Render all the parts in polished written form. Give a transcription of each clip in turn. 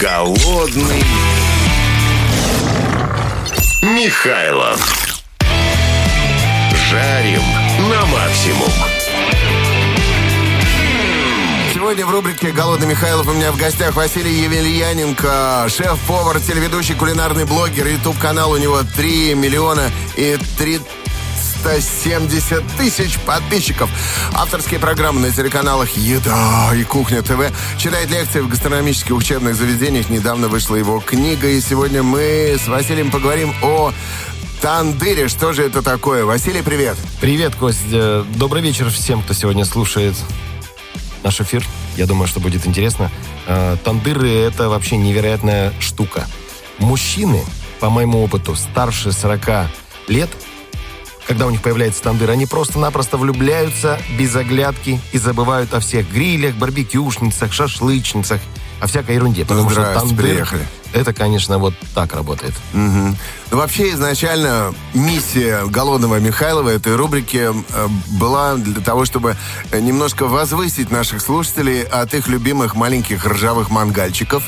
Голодный Михайлов. Жарим на максимум. Сегодня в рубрике «Голодный Михайлов» у меня в гостях Василий Емельяненко, шеф-повар, телеведущий, кулинарный блогер. Ютуб-канал у него 3 миллиона и 370 тысяч подписчиков. Авторские программы на телеканалах «Еда» и «Кухня ТВ». Читает лекции в гастрономических учебных заведениях. Недавно вышла его книга. И сегодня мы с Василием поговорим о тандыре. Что же это такое? Василий, привет. Привет, Костя. Добрый вечер всем, кто сегодня слушает наш эфир. Я думаю, что будет интересно. Тандыры — это вообще невероятная штука. Мужчины, по моему опыту, старше 40 лет, когда у них появляется тандыр, они просто-напросто влюбляются без оглядки и забывают о всех грилях, барбекюшницах, шашлычницах, о всякой ерунде. Потому что тандыр, приехали. Это, конечно, вот так работает. Угу. Ну, вообще, изначально миссия голодного Михайлова этой рубрики была для того, чтобы немножко возвысить наших слушателей от их любимых маленьких ржавых мангальчиков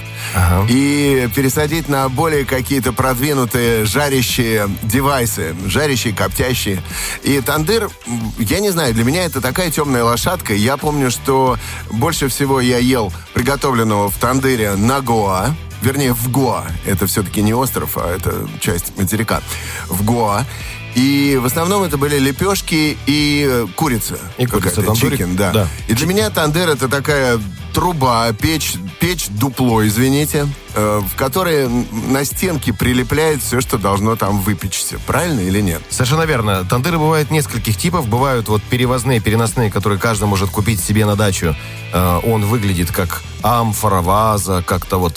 и пересадить на более какие-то продвинутые жарящие девайсы, жарящие, коптящие. И тандыр, я не знаю, для меня это такая темная лошадка. Я помню, что больше всего я ел приготовленного в тандыре на Гоа. Вернее, в Гоа. Это все-таки не остров, а это часть материка. В Гоа. И в основном это были лепешки и курица. И курица, тандырик. Чикен, да. И для меня тандыр — это такая труба, печь дупло, извините, в которой на стенке прилепляет все, что должно там выпечься. Правильно или нет? Совершенно верно. Тандыры бывают нескольких типов. Бывают вот перевозные, переносные, которые каждый может купить себе на дачу. Он выглядит как амфора, ваза, как-то вот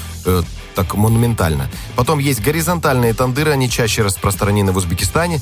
так монументально. Потом есть горизонтальные тандыры, они чаще распространены в Узбекистане,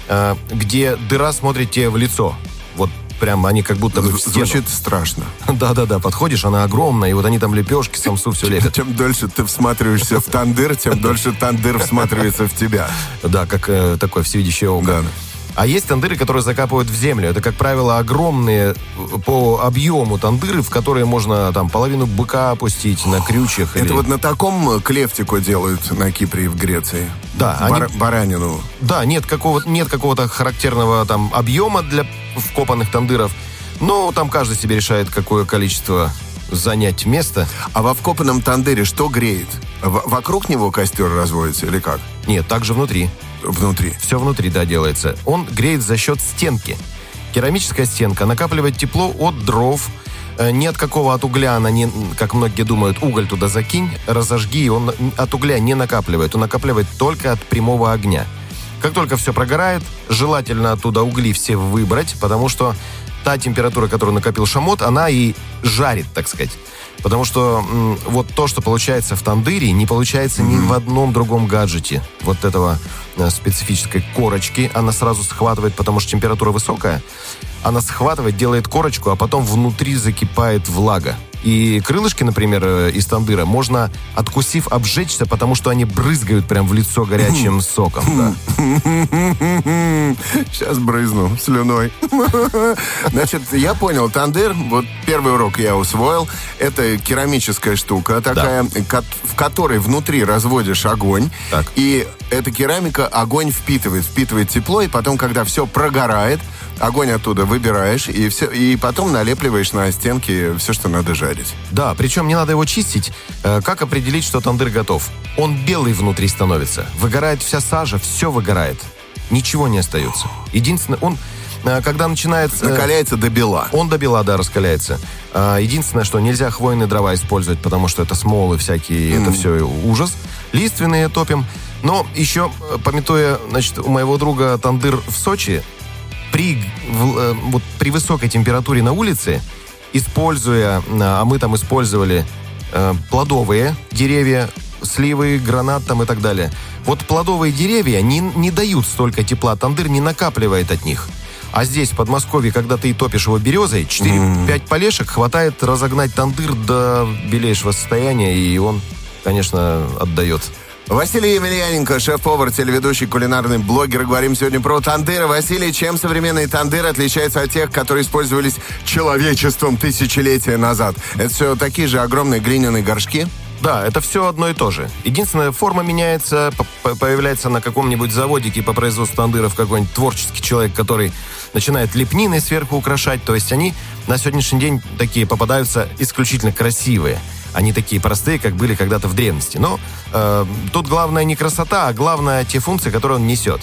где дыра смотрит тебе в лицо. Вот прям они как будто в стену. Звучит страшно. Да-да-да, подходишь, она огромная, и вот они там лепешки, самсу все лепят. Чем дольше ты всматриваешься в тандыр, тем дольше тандыр всматривается в тебя. Да, как такое всевидящее око. Да. А есть тандыры, которые закапывают в землю. Это, как правило, огромные по объему тандыры, в которые можно там половину быка опустить на крючьях. Это вот на таком клефтику делают на Кипре и в Греции? Да. Баранину? Да, нет какого-то характерного там объема для вкопанных тандыров. Но там каждый себе решает, какое количество занять место. А во вкопанном тандыре что греет? Вокруг него костер разводится или как? Нет, также внутри. Внутри. Все внутри, да, делается. Он греет за счет стенки. Керамическая стенка накапливает тепло от дров. Ни от какого от угля она не, как многие думают, уголь туда закинь, разожги, он от угля не накапливает. Он накапливает только от прямого огня. Как только все прогорает, желательно оттуда угли все выбрать, потому что та температура, которую накопил шамот, она и жарит, так сказать. Потому что вот то, что получается в тандыре, не получается ни в одном другом гаджете. Вот этого специфической корочки она сразу схватывает, потому что температура высокая. Она схватывает, делает корочку, а потом внутри закипает влага. И крылышки, например, из тандыра можно, откусив, обжечься, потому что они брызгают прям в лицо горячим соком. Да. Сейчас брызну слюной. Значит, я понял, тандыр, вот первый урок я усвоил, это керамическая штука такая, в которой внутри разводишь огонь, так. И эта керамика огонь впитывает тепло, и потом, когда все прогорает, огонь оттуда выбираешь, и потом налепливаешь на стенки все, что надо жарить. Да, причем не надо его чистить. Как определить, что тандыр готов? Он белый внутри становится. Выгорает вся сажа, все выгорает. Ничего не остается. Единственное, он, когда начинается... Накаляется до бела. Он до бела, да, раскаляется. Единственное, что нельзя хвойные дрова использовать, потому что это смолы всякие, это все ужас. Лиственные топим. Но еще, памятуя, значит, у моего друга тандыр в Сочи, при высокой температуре на улице, а мы там использовали плодовые деревья, сливы, гранат там и так далее. Вот плодовые деревья не дают столько тепла, тандыр не накапливает от них. А здесь, в Подмосковье, когда ты топишь его березой, 4-5 полешек хватает разогнать тандыр до белейшего состояния, и он, конечно, отдает. Василий Емельяненко, шеф-повар, телеведущий, кулинарный блогер. Говорим сегодня про тандыры. Василий, чем современные тандыры отличаются от тех, которые использовались человечеством тысячелетия назад? Это все такие же огромные глиняные горшки? Да, это все одно и то же. Единственная форма меняется, появляется на каком-нибудь заводике по производству тандыров какой-нибудь творческий человек, который начинает лепниной сверху украшать. То есть они на сегодняшний день такие попадаются исключительно красивые. Они такие простые, как были когда-то в древности. Но тут главное не красота, а главное те функции, которые он несет.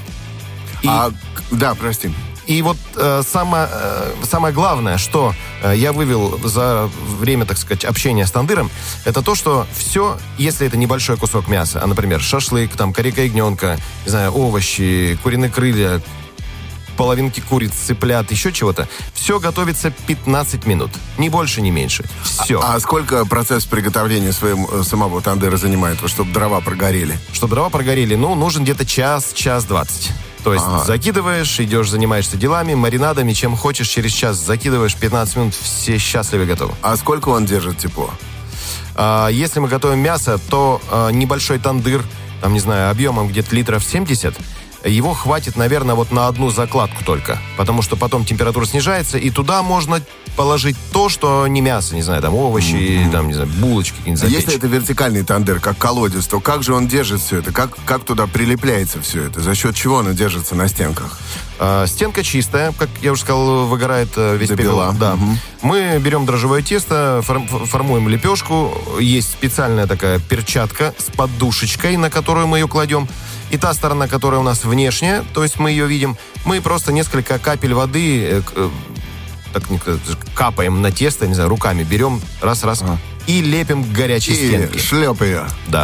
Да, прости. И вот самое главное, что я вывел за время, так сказать, общения с тандыром, это то, что все, если это небольшой кусок мяса, а, например, шашлык, там, корейка ягненка, не знаю, овощи, куриные крылья, половинки куриц, цыплят, еще чего-то, все готовится 15 минут. Ни больше, ни меньше. Все. А сколько процесс приготовления самого тандыра занимает, чтобы дрова прогорели? Чтобы дрова прогорели, нужен где-то час 20. То есть закидываешь, идешь, занимаешься делами, маринадами, чем хочешь, через час закидываешь, 15 минут, все счастливы, готовы. А сколько он держит тепло? Если мы готовим мясо, то небольшой тандыр, там, не знаю, объемом где-то литров 70, его хватит, наверное, вот на одну закладку только. Потому что потом температура снижается, и туда можно положить то, что не мясо, не знаю, там овощи, там, не знаю, булочки какие-нибудь запечь. Если это вертикальный тандыр, как колодец, то как же он держит все это? Как туда прилепляется все это? За счет чего оно держится на стенках? Стенка чистая, как я уже сказал, выгорает весь пепел. Да. Мы берем дрожжевое тесто, формуем лепешку. Есть специальная такая перчатка с подушечкой, на которую мы ее кладем. И та сторона, которая у нас внешняя, то есть мы ее видим, мы просто несколько капель воды капаем на тесто, не знаю, руками берем, раз, и лепим к горячей стенке. И шлеп ее. Да.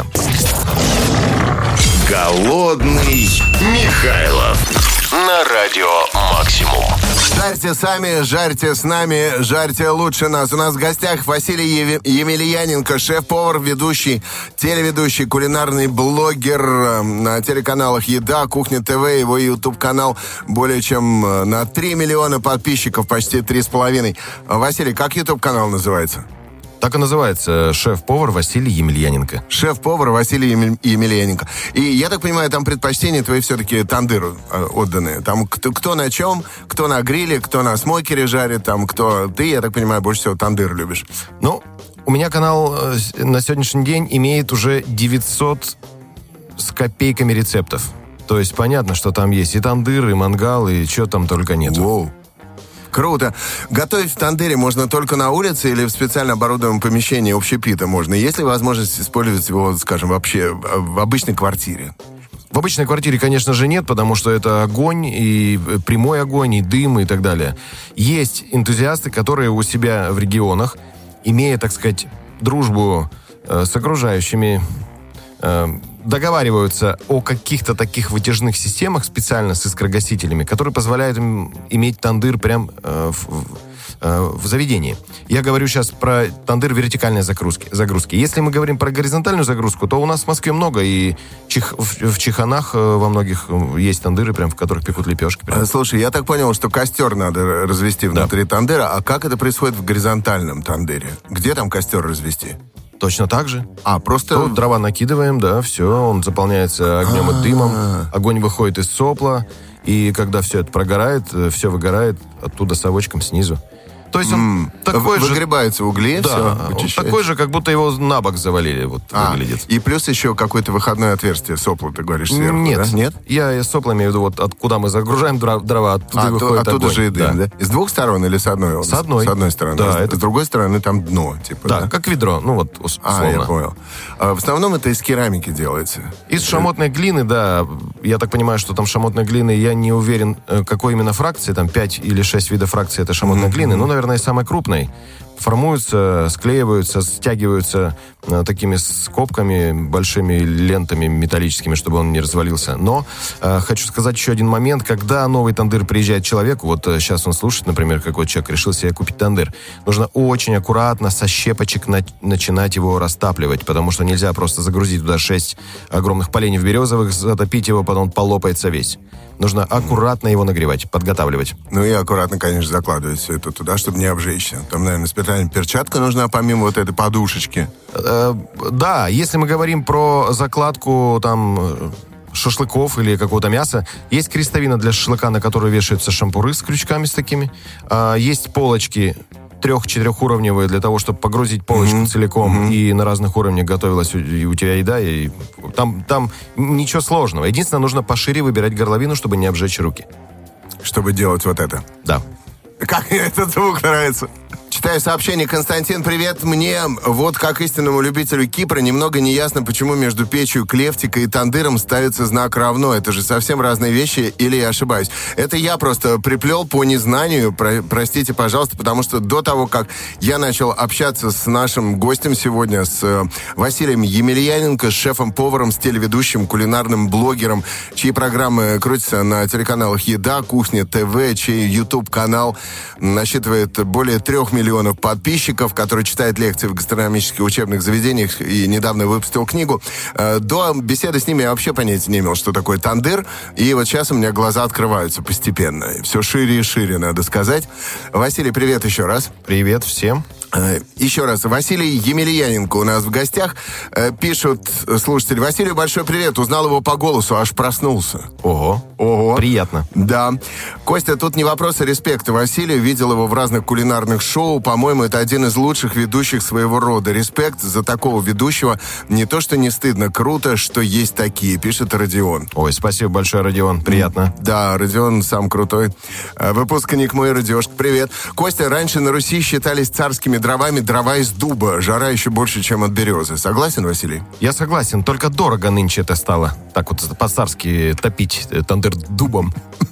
Голодный Михайлов на радио «Максимум». Жарьте сами, жарьте с нами, жарьте лучше нас. У нас в гостях Василий Емельяненко, шеф-повар, ведущий, телеведущий, кулинарный блогер на телеканалах «Еда», «Кухня ТВ», его YouTube-канал более чем на 3 миллиона подписчиков, почти 3,5. Василий, как YouTube-канал называется? Так и называется. Шеф-повар Василий Емельяненко. Шеф-повар Василий Емельяненко. И я так понимаю, там предпочтения твои все-таки тандыру отданы. Там кто на чем, кто на гриле, кто на смокере жарит, там кто... Ты, я так понимаю, больше всего тандыр любишь. У меня канал на сегодняшний день имеет уже 900 с копейками рецептов. То есть понятно, что там есть и тандыр, и мангал, и чего там только нет. Воу. Круто. Готовить в тандыре можно только на улице или в специально оборудованном помещении общепита можно? Есть ли возможность использовать его, скажем, вообще в обычной квартире? В обычной квартире, конечно же, нет, потому что это огонь, и прямой огонь, и дым, и так далее. Есть энтузиасты, которые у себя в регионах, имея, так сказать, дружбу с окружающими, договариваются о каких-то таких вытяжных системах специально с искрогасителями, которые позволяют им иметь тандыр прям в заведении. Я говорю сейчас про тандыр вертикальной загрузки. Если мы говорим про горизонтальную загрузку, то у нас в Москве много, и в Чеханах во многих есть тандыры, прям в которых пекут лепешки. Прям. Слушай, я так понял, что костер надо развести внутри тандыра, а как это происходит в горизонтальном тандыре? Где там костер развести? Точно так же. Просто... Тут дрова накидываем, да, все, он заполняется огнем и дымом, огонь выходит из сопла, и когда все это прогорает, все выгорает оттуда совочком снизу. То есть он такой же... Выгребаются угли, да, все, он такой же, как будто его на бок завалили, вот выглядит. И плюс еще какое-то выходное отверстие сопла, ты говоришь, сверху, Нет. Да? Нет? Я сопла имею в виду, вот откуда мы загружаем дрова, оттуда выходит оттуда огонь. же и дым, да? С двух сторон или с одной? С одной. С одной стороны. Да, с другой стороны там дно, типа, да? Как ведро, условно. Я понял. В основном это из керамики делается. Из шамотной глины, да. Я так понимаю, что там шамотной глины, я не уверен, какой именно фракции, там 5 или 6 видов фракции это шамотной глины, наверное, самой крупной. Формуются, склеиваются, стягиваются такими скобками, большими лентами металлическими, чтобы он не развалился. Но хочу сказать еще один момент. Когда новый тандыр приезжает человеку, вот сейчас он слушает, например, какой человек решил себе купить тандыр, нужно очень аккуратно со щепочек начинать его растапливать, потому что нельзя просто загрузить туда 6 огромных поленьев березовых, затопить его, потом полопается весь. Нужно аккуратно его нагревать, подготавливать. И аккуратно, конечно, закладывать все это туда, чтобы не обжечься. Там, наверное, специальная перчатка нужна, помимо вот этой подушечки. Да, если мы говорим про закладку там шашлыков или какого-то мяса, есть крестовина для шашлыка, на которую вешаются шампуры с крючками с такими. Есть полочки 3-4-уровневые для того, чтобы погрузить полочку целиком, и на разных уровнях готовилась и у тебя еда, и там ничего сложного. Единственное, нужно пошире выбирать горловину, чтобы не обжечь руки. Чтобы делать вот это. Да. Как мне этот звук нравится. Читаю сообщение. Константин, привет. Мне, вот как истинному любителю Кипра, немного неясно, почему между печью клефтика и тандыром ставится знак равно. Это же совсем разные вещи, или я ошибаюсь? Это я просто приплел по незнанию, простите, пожалуйста, потому что до того, как я начал общаться с нашим гостем сегодня, с Василием Емельяненко, с шефом-поваром, с телеведущим, кулинарным блогером, чьи программы крутятся на телеканалах «Еда», «Кухня ТВ», чей YouTube-канал насчитывает более 3 миллионов подписчиков, который читает лекции в гастрономических учебных заведениях и недавно выпустил книгу. До беседы с ними я вообще понятия не имел, что такое тандыр. И вот сейчас у меня глаза открываются постепенно. Все шире и шире, надо сказать. Василий, привет еще раз. Привет всем. Еще раз, Василий Емельяненко у нас в гостях. Пишут слушатели: Василию большой привет. Узнал его по голосу, аж проснулся. Ого. Приятно. Да. Костя, тут не вопрос, а респект Василию. Видел его в разных кулинарных шоу. По-моему, это один из лучших ведущих своего рода. Респект за такого ведущего. Не то, что не стыдно, круто, что есть такие, пишет Родион. Ой, спасибо большое, Родион. Приятно. Да, Родион сам крутой. Выпускник мой, Родиошка, привет. Костя, раньше на Руси считались царскими дровами дрова из дуба. Жара еще больше, чем от березы. Согласен, Василий? Я согласен, только дорого нынче это стало. Так вот по-царски топить тандыр дубом.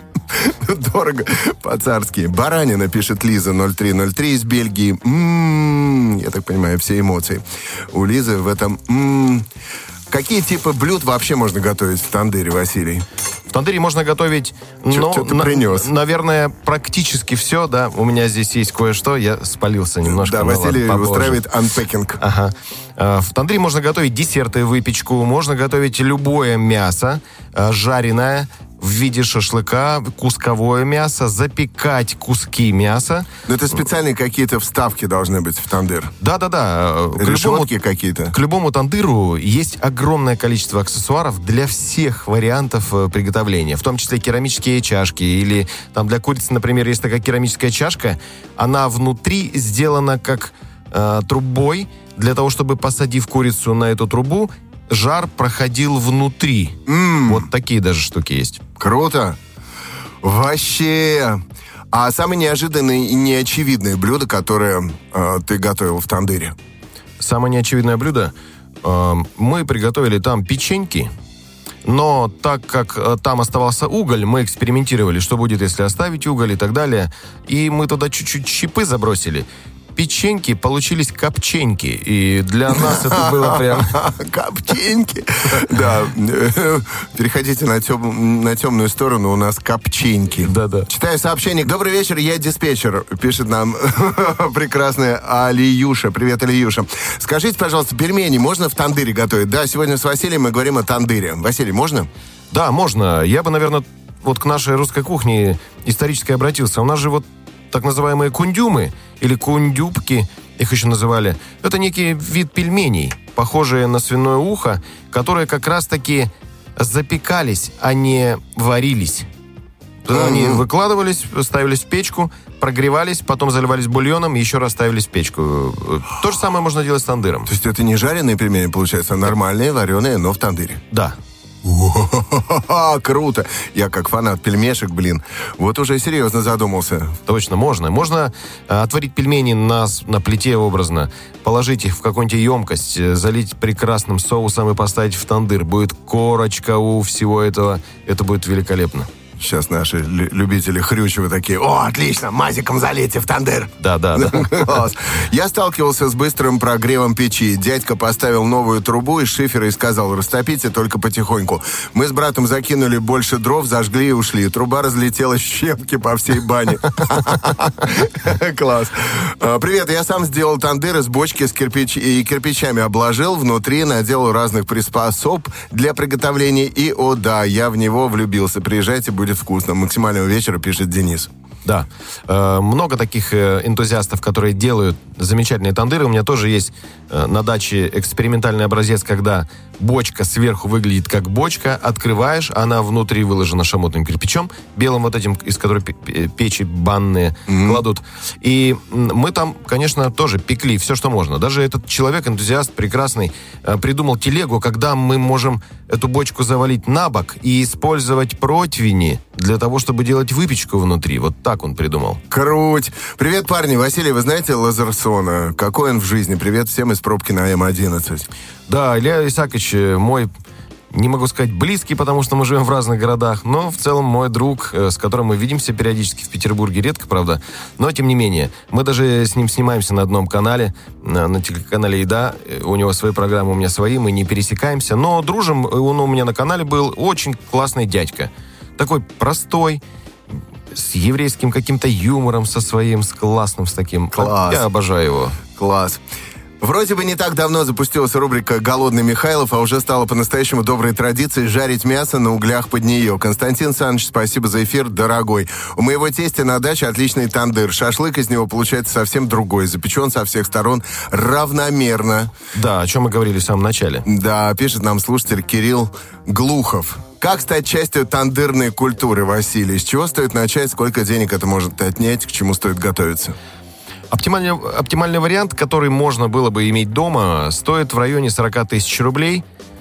Дорого по-царски. Баранина, пишет Лиза 0303 из Бельгии. Я так понимаю, все эмоции у Лизы в этом. Какие типы блюд вообще можно готовить в тандыре, Василий? В тандыре можно готовить, Что ты принес? Наверное, практически все, да. У меня здесь есть кое-что, я спалился немножко. Да, Василий устраивает анпекинг. Ага. В тандыре можно готовить десерты, выпечку, можно готовить любое мясо, жареное, в виде шашлыка, кусковое мясо, запекать куски мяса. Но это специальные какие-то вставки должны быть в тандыр. Да-да-да. Решетки какие-то. К любому тандыру есть огромное количество аксессуаров для всех вариантов приготовления, в том числе керамические чашки. Или там для курицы, например, есть такая керамическая чашка, она внутри сделана как трубой, для того, чтобы, посадив курицу на эту трубу, жар проходил внутри. Вот такие даже штуки есть. Круто. Вообще. А самые неожиданные и неочевидные блюда, которые ты готовил в тандыре? Самое неочевидное блюдо? Мы приготовили там печеньки, но так как там оставался уголь, мы экспериментировали, что будет, если оставить уголь и так далее. И мы туда чуть-чуть щепы забросили. Печеньки получились копченьки. И для нас это было прям... Копченьки. Да. Переходите на темную сторону, у нас копченьки. Да-да. Читаю сообщение. Добрый вечер, я диспетчер. Пишет нам прекрасная Алиюша. Привет, Алиюша. Скажите, пожалуйста, пельмени можно в тандыре готовить? Да, сегодня с Василием мы говорим о тандыре. Василий, можно? Да, можно. Я бы, наверное, вот к нашей русской кухне исторически обратился. У нас же вот так называемые кундюмы или кундюбки, их еще называли, это некий вид пельменей, похожие на свиное ухо, которые как раз-таки запекались, а не варились. Они выкладывались, ставились в печку, прогревались, потом заливались бульоном и еще раз ставились в печку. То же самое можно делать с тандыром. То есть это не жареные пельмени, получается, а нормальные, вареные, но в тандыре? Да. Круто. Я как фанат пельмешек, вот уже серьезно задумался. Точно, можно. Можно отварить пельмени на плите образно, положить их в какую-нибудь емкость, залить прекрасным соусом и поставить в тандыр. Будет корочка у всего этого. Это будет великолепно. Сейчас наши любители хрючева такие: о, отлично, мазиком залейте в тандыр. Да. Я сталкивался с быстрым прогревом печи. Дядька поставил новую трубу из шифера и сказал: растопите только потихоньку. Мы с братом закинули больше дров, зажгли и ушли. Труба разлетелась в щепки по всей бане. Класс. Привет, я сам сделал тандыр из бочки с кирпичами обложил, внутри наделал разных приспособ для приготовления. И, о да, я в него влюбился. Приезжайте, будет вкусно. Максимального вечера, пишет Денис. Да. Много таких энтузиастов, которые делают замечательные тандыры. У меня тоже есть на даче экспериментальный образец, когда бочка сверху выглядит как бочка, открываешь, она внутри выложена шамотным кирпичом, белым вот этим, из которого печи банные кладут. И мы там, конечно, тоже пекли все, что можно. Даже этот человек, энтузиаст прекрасный, придумал телегу, когда мы можем эту бочку завалить на бок и использовать противни для того, чтобы делать выпечку внутри. Вот так он придумал. Круть! Привет, парни. Василий, вы знаете Лазарсона? Какой он в жизни? Привет всем из пробки на М11. Да, Илья Исаакович мой, не могу сказать близкий, потому что мы живем в разных городах, но в целом мой друг, с которым мы видимся периодически в Петербурге, редко, правда, но тем не менее. Мы даже с ним снимаемся на одном канале, на телеканале «Еда». У него свои программы, у меня свои, мы не пересекаемся, но дружим, он у меня на канале был, очень классный дядька. Такой простой, с еврейским каким-то юмором, со своим, с классным, с таким. Класс. Я обожаю его. Класс. Вроде бы не так давно запустилась рубрика «Голодный Михайлов», а уже стала по-настоящему доброй традицией жарить мясо на углях под нее. Константин Саныч, спасибо за эфир, дорогой. У моего тестя на даче отличный тандыр. Шашлык из него получается совсем другой. Запечен со всех сторон равномерно. Да, о чем мы говорили в самом начале. Да, пишет нам слушатель Кирилл Глухов. Как стать частью тандырной культуры, Василий? С чего стоит начать? Сколько денег это может отнять? К чему стоит готовиться? Оптимальный вариант, который можно было бы иметь дома, стоит в районе 40 тысяч рублей.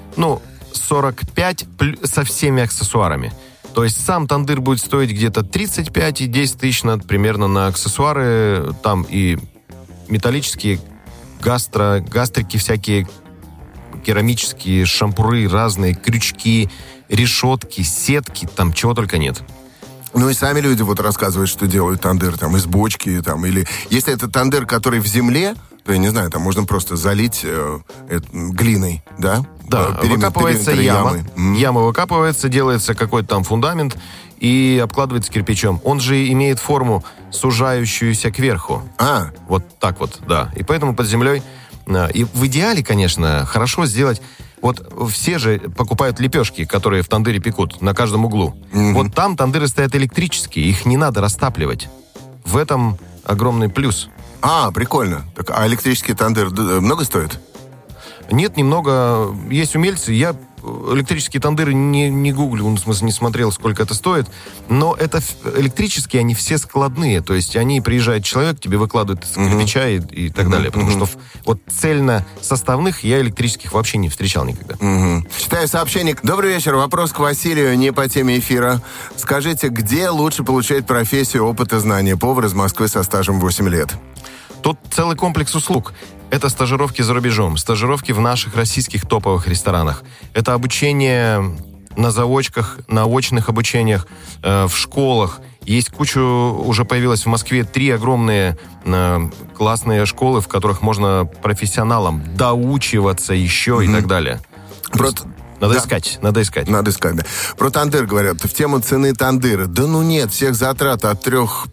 45 со всеми аксессуарами. То есть сам тандыр будет стоить где-то 35 и 10 тысяч примерно на аксессуары. Там и металлические гастрики всякие, керамические, шампуры разные, крючки, решетки, сетки, там чего только нет. Ну и сами люди вот рассказывают, что делают тандыр там из бочки, там, или если это тандыр, который в земле, то, я не знаю, там можно просто залить глиной, да? Да, выкапывается яма. Яма выкапывается, делается какой-то там фундамент и обкладывается кирпичом. Он же имеет форму, сужающуюся кверху. Вот так вот, да. И поэтому под землей... И в идеале, конечно, хорошо сделать... Вот все же покупают лепешки, которые в тандыре пекут на каждом углу. Вот там тандыры стоят электрические, их не надо растапливать. В этом огромный плюс. Прикольно. Так, а электрический тандыр много стоит? Нет, немного. Есть умельцы. Я электрические тандыры не гуглил, в смысле не смотрел, сколько это стоит. Но это электрические, они все складные. То есть они, приезжает человек, тебе выкладывают из кирпича и так далее. Потому что вот цельно составных я электрических вообще не встречал никогда. Читаю сообщение. Добрый вечер. Вопрос к Василию, не по теме эфира. Скажите, где лучше получать профессию, опыт и знания? Повар из Москвы со стажем 8 лет. Тут целый комплекс услуг. Это стажировки за рубежом, стажировки в наших российских топовых ресторанах. Это обучение на заочках, на очных обучениях, в школах. Есть кучу, уже появилось в Москве 3 огромные классные школы, в которых можно профессионалам доучиваться еще и так далее. Надо искать. Надо искать, да. Про тандыр говорят. В тему цены тандыра. Да нет, всех затрат от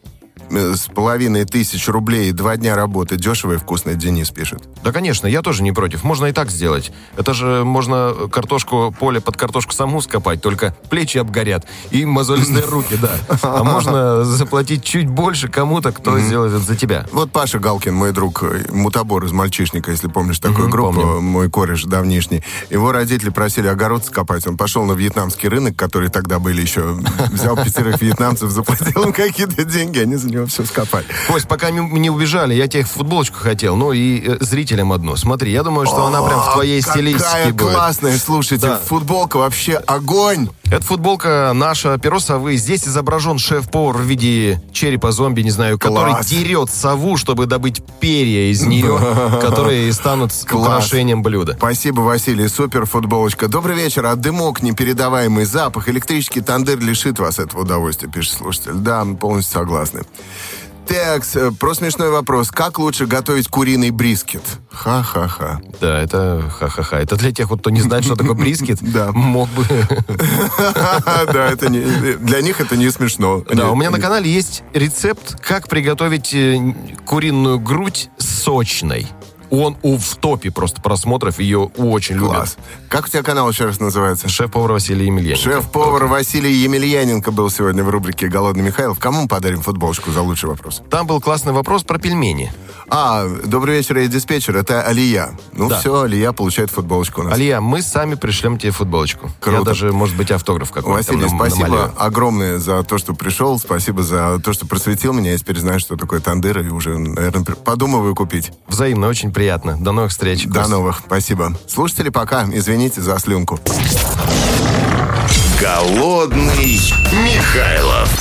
3500 рублей, 2 дня работы. Дешево и вкусно, Денис пишет. Да, конечно, я тоже не против. Можно и так сделать. Это же можно поле под картошку саму скопать, только плечи обгорят и мозолистые руки, да. А можно заплатить чуть больше кому-то, кто сделает это за тебя. Вот Паша Галкин, мой друг, мутабор из «Мальчишника», если помнишь такую группу, помню. Мой кореш давнишний. Его родители просили огород скопать. Он пошел на вьетнамский рынок, который тогда были еще, взял 5 вьетнамцев, заплатил им какие-то деньги, они за него все скопали. Кость, пока мы не убежали, я тебе футболочку хотел, и зрителям одну. Смотри, я думаю, что она прям в твоей стилистике будет. Какая классная, слушайте, да. Футболка вообще огонь! Эта футболка наша перо совы. Здесь изображен шеф-повар в виде черепа зомби, не знаю, который дерет сову, чтобы добыть перья из нее, которые станут украшением блюда. Спасибо, Василий, супер футболочка. Добрый вечер, а дымок, непередаваемый запах, электрический тандыр лишит вас этого удовольствия, пишет слушатель. Да, мы полностью согласны. Текс, про смешной вопрос. Как лучше готовить куриный брискет? Ха-ха-ха. Да, это ха-ха-ха. Это для тех, кто не знает, что такое брискет, мог бы... Да, это для них это не смешно. Да, у меня на канале есть рецепт, как приготовить куриную грудь сочной. Он в топе просто просмотров, ее очень Класс. любят. Как у тебя канал еще раз называется? Шеф-повар Василий Емельяненко. Шеф-повар Василий Емельяненко был сегодня в рубрике «Голодный Михайлов». Кому мы подарим футболочку за лучший вопрос? Там был классный вопрос про пельмени. Добрый вечер, я диспетчер. Это Алия. Да. Все, Алия получает футболочку у нас. Алия, мы сами пришлем тебе футболочку. Круто. Я даже, может быть, автограф какой-то Василий, там спасибо намалюю. огромное за то, что пришел. Спасибо за то, что просветил меня. Я теперь знаю, что такое тандыр, и уже, наверное, подумываю купить. Взаимно, очень приятно. До новых встреч. До новых. Спасибо. Слушатели, пока. Извините за слюнку. Голодный Михайлов.